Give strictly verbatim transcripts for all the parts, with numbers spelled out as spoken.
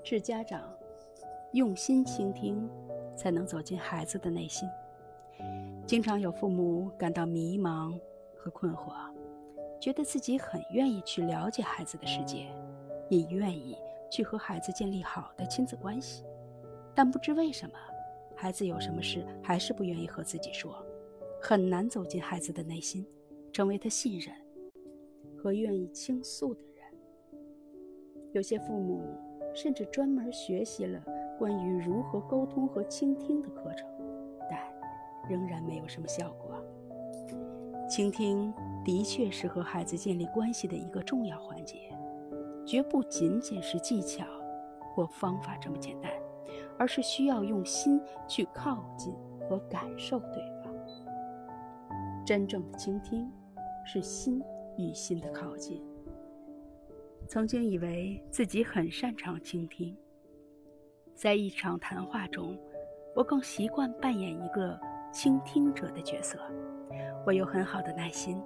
是家长用心倾听，才能走进孩子的内心。经常有父母感到迷茫和困惑，觉得自己很愿意去了解孩子的世界，也愿意去和孩子建立好的亲子关系，但不知为什么，孩子有什么事还是不愿意和自己说，很难走进孩子的内心，成为他信任和愿意倾诉的人。有些父母甚至专门学习了关于如何沟通和倾听的课程，但仍然没有什么效果。倾听的确是和孩子建立关系的一个重要环节，绝不仅仅是技巧或方法这么简单，而是需要用心去靠近和感受对方。真正的倾听是心与心的靠近。曾经以为自己很擅长倾听，在一场谈话中，我更习惯扮演一个倾听者的角色。我有很好的耐心，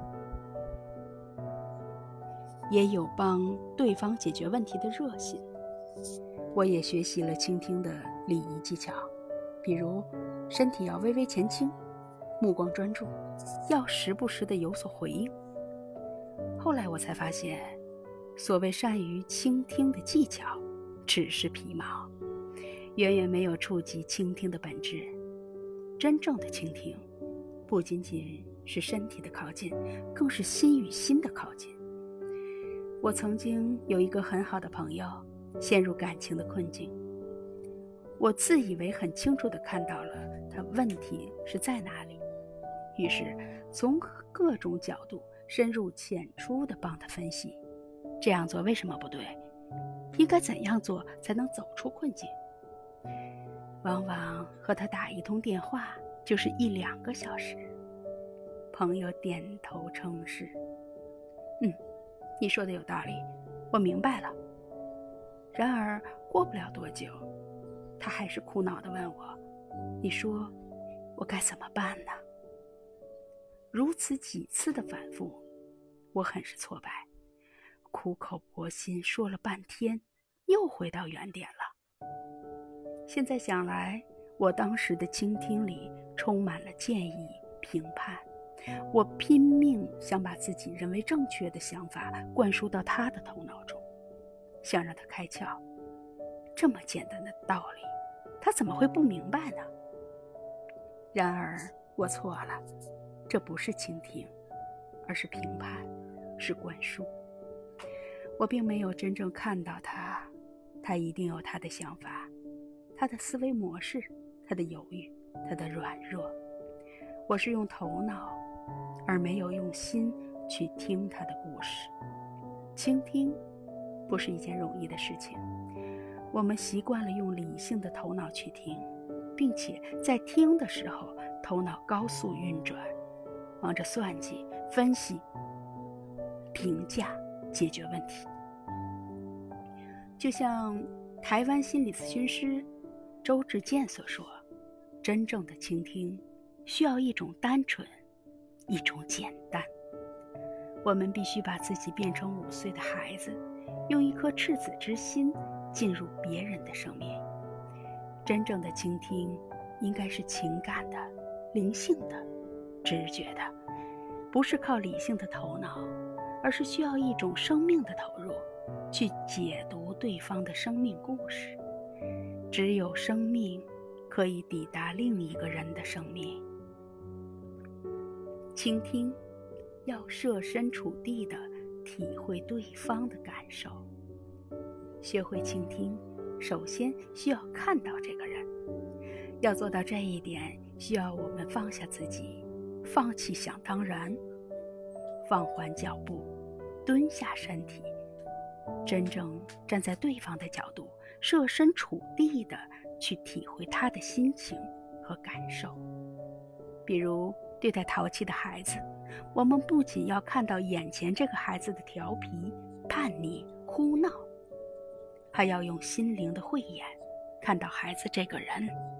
也有帮对方解决问题的热心。我也学习了倾听的礼仪技巧，比如身体要微微前倾，目光专注，要时不时地有所回应。后来我才发现，所谓善于倾听的技巧只是皮毛，远远没有触及倾听的本质。真正的倾听不仅仅是身体的靠近，更是心与心的靠近。我曾经有一个很好的朋友陷入感情的困境，我自以为很清楚地看到了他问题是在哪里，于是从各种角度深入浅出地帮他分析，这样做为什么不对，应该怎样做才能走出困境。往往和他打一通电话就是一两个小时。朋友点头称是，嗯，你说的有道理，我明白了。然而过不了多久，他还是苦恼地问我，你说我该怎么办呢？如此几次的反复，我很是挫败，苦口婆心说了半天，又回到原点了。现在想来，我当时的倾听里充满了建议、评判，我拼命想把自己认为正确的想法灌输到他的头脑中，想让他开窍。这么简单的道理，他怎么会不明白呢？然而我错了，这不是倾听，而是评判，是灌输。我并没有真正看到他，他一定有他的想法，他的思维模式，他的犹豫，他的软弱。我是用头脑，而没有用心去听他的故事。倾听不是一件容易的事情，我们习惯了用理性的头脑去听，并且在听的时候，头脑高速运转，忙着算计、分析、评价、解决问题。就像台湾心理咨询师周志健所说，真正的倾听需要一种单纯，一种简单。我们必须把自己变成五岁的孩子，用一颗赤子之心进入别人的生命。真正的倾听应该是情感的、灵性的、直觉的，不是靠理性的头脑，而是需要一种生命的投入，去解读对方的生命故事。只有生命可以抵达另一个人的生命。倾听要设身处地地体会对方的感受。学会倾听，首先需要看到这个人。要做到这一点，需要我们放下自己，放弃想当然，放缓脚步，蹲下身体，真正站在对方的角度，设身处地地去体会他的心情和感受。比如对待淘气的孩子，我们不仅要看到眼前这个孩子的调皮、叛逆、哭闹，还要用心灵的慧眼看到孩子这个人。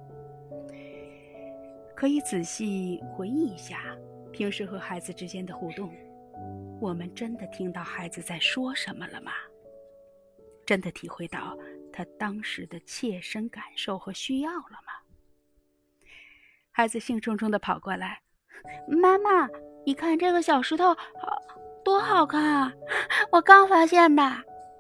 可以仔细回忆一下平时和孩子之间的互动，我们真的听到孩子在说什么了吗？真的体会到他他当时的切身感受和需要了吗？孩子兴冲冲地跑过来，妈妈，你看这个小石头多好看啊，我刚发现的。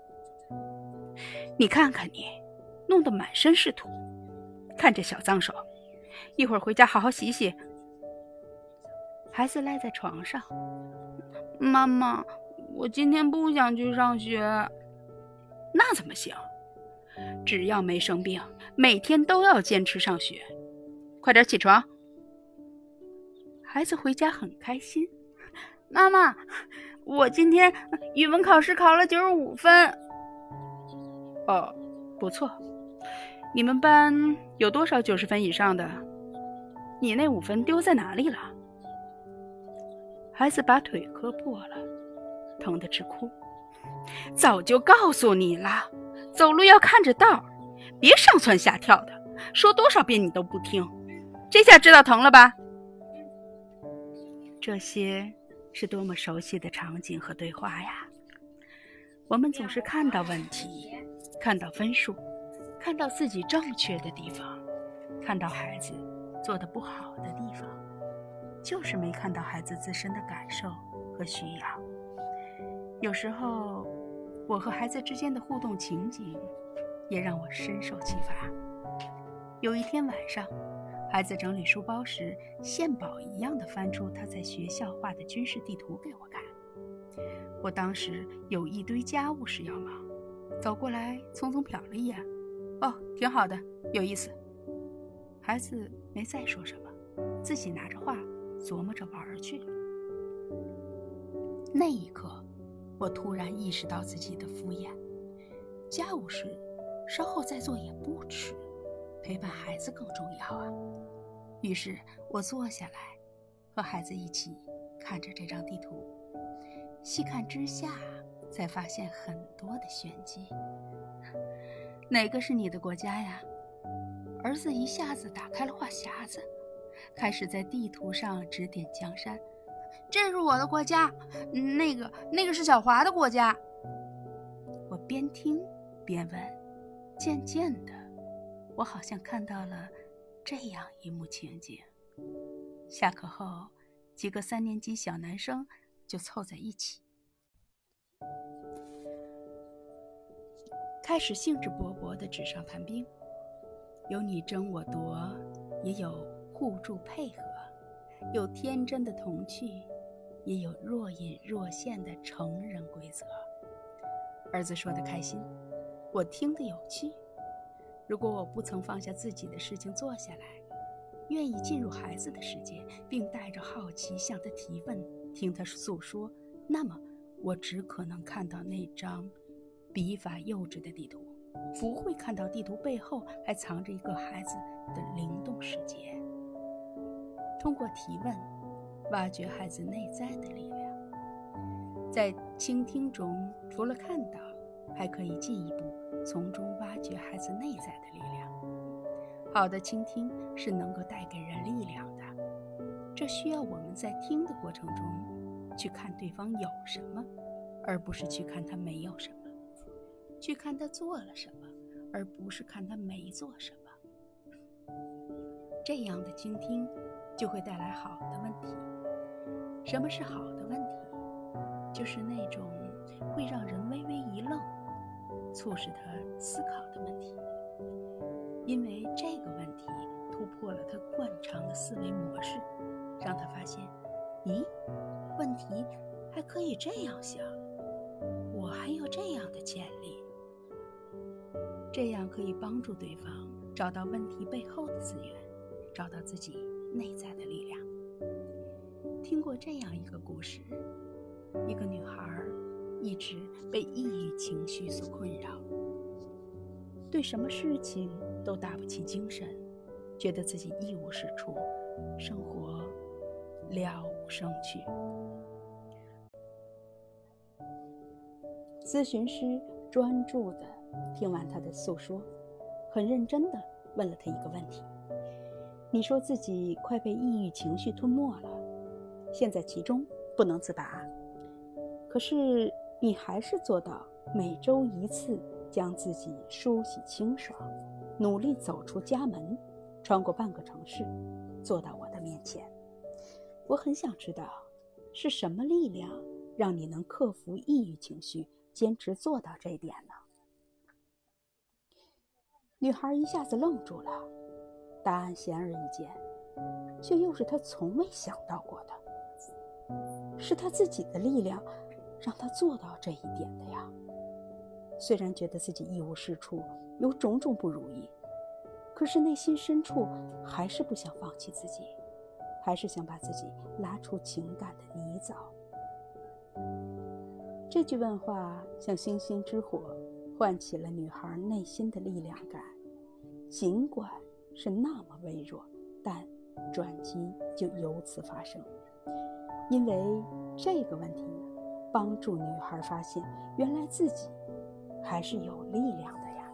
你看看你，弄得满身是土，看这小脏手，一会儿回家好好洗洗。孩子赖在床上，妈妈，我今天不想去上学。那怎么行？只要没生病，每天都要坚持上学。快点起床。孩子回家很开心，妈妈，我今天语文考试考了九十五分。哦，不错。你们班有多少九十分以上的？你那五分丢在哪里了？孩子把腿磕破了，疼得直哭。早就告诉你了，走路要看着道，别上蹿下跳的，说多少遍你都不听。这下知道疼了吧？这些是多么熟悉的场景和对话呀！我们总是看到问题，看到分数，看到自己正确的地方，看到孩子做得不好的地方，就是没看到孩子自身的感受和需要。有时候我和孩子之间的互动情景也让我深受启发。有一天晚上，孩子整理书包时，献宝一样地翻出他在学校画的军事地图给我看。我当时有一堆家务事要忙，走过来匆匆瞟了一眼，哦，挺好的，有意思。孩子没再说什么，自己拿着画琢磨着玩儿去了。那一刻，我突然意识到自己的敷衍，家务事稍后再做也不迟，陪伴孩子更重要啊。于是我坐下来，和孩子一起看着这张地图，细看之下，才发现很多的玄机。哪个是你的国家呀？儿子一下子打开了话匣子，开始在地图上指点江山。这是我的国家，那个那个是小华的国家。我边听边问，渐渐的，我好像看到了这样一幕情景。下课后，几个三年级小男生就凑在一起，开始兴致勃勃地纸上谈兵，有你争我夺，也有互助配合，有天真的童趣，也有若隐若现的成人规则。儿子说得开心，我听得有趣。如果我不曾放下自己的事情坐下来，愿意进入孩子的世界，并带着好奇向他提问，听他诉说，那么我只可能看到那张笔法幼稚的地图，不会看到地图背后还藏着一个孩子的灵动世界。通过提问，挖掘孩子内在的力量。在倾听中，除了看到，还可以进一步从中挖掘孩子内在的力量。好的倾听是能够带给人力量的，这需要我们在听的过程中去看对方有什么，而不是去看他没有什么，去看他做了什么，而不是看他没做什么。这样的倾听就会带来好的问题。什么是好的问题？就是那种会让人微微一愣，促使他思考的问题。因为这个问题突破了他惯常的思维模式，让他发现，咦，问题还可以这样想，我还有这样的潜力。这样可以帮助对方找到问题背后的资源，找到自己内在的力量。听过这样一个故事，一个女孩一直被抑郁情绪所困扰，对什么事情都打不起精神，觉得自己一无是处，生活了无生趣。咨询师专注地听完她的诉说，很认真地问了她一个问题：你说自己快被抑郁情绪吞没了，陷在其中不能自拔，可是你还是做到每周一次将自己梳洗清爽，努力走出家门，穿过半个城市，坐到我的面前。我很想知道，是什么力量让你能克服抑郁情绪，坚持做到这一点呢？女孩一下子愣住了，答案显而易见，却又是她从未想到过的。是她自己的力量让她做到这一点的呀。虽然觉得自己一无是处，有种种不如意，可是内心深处还是不想放弃自己，还是想把自己拉出情感的泥沼。这句问话像星星之火，唤起了女孩内心的力量感。尽管是那么微弱，但转机就由此发生。因为这个问题帮助女孩发现，原来自己还是有力量的呀。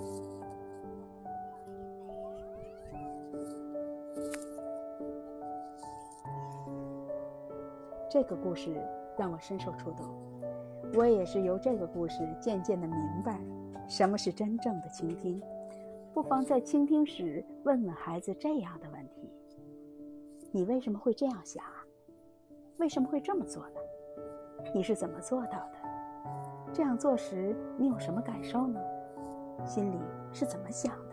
这个故事让我深受触动，我也是由这个故事渐渐地明白什么是真正的倾听。不妨在倾听时问问孩子这样的问题：你为什么会这样想啊？为什么会这么做呢？你是怎么做到的？这样做时你有什么感受呢？心里是怎么想的？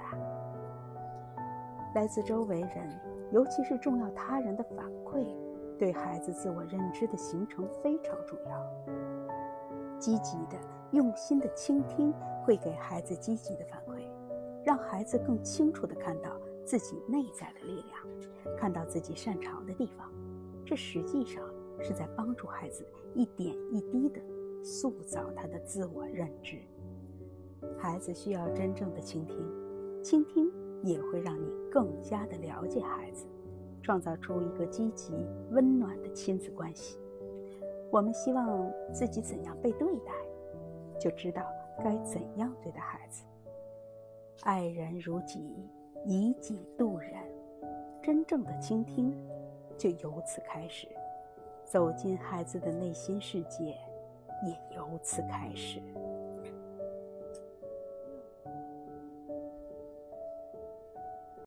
来自周围人，尤其是重要他人的反馈，对孩子自我认知的形成非常重要。积极的、用心的倾听会给孩子积极的反馈，让孩子更清楚地看到自己内在的力量，看到自己擅长的地方。这实际上是在帮助孩子一点一滴地塑造他的自我认知。孩子需要真正的倾听，倾听也会让你更加的了解孩子，创造出一个积极温暖的亲子关系。我们希望自己怎样被对待，就知道该怎样对待孩子。爱人如己，以己度人。真正的倾听就由此开始，走进孩子的内心世界也由此开始。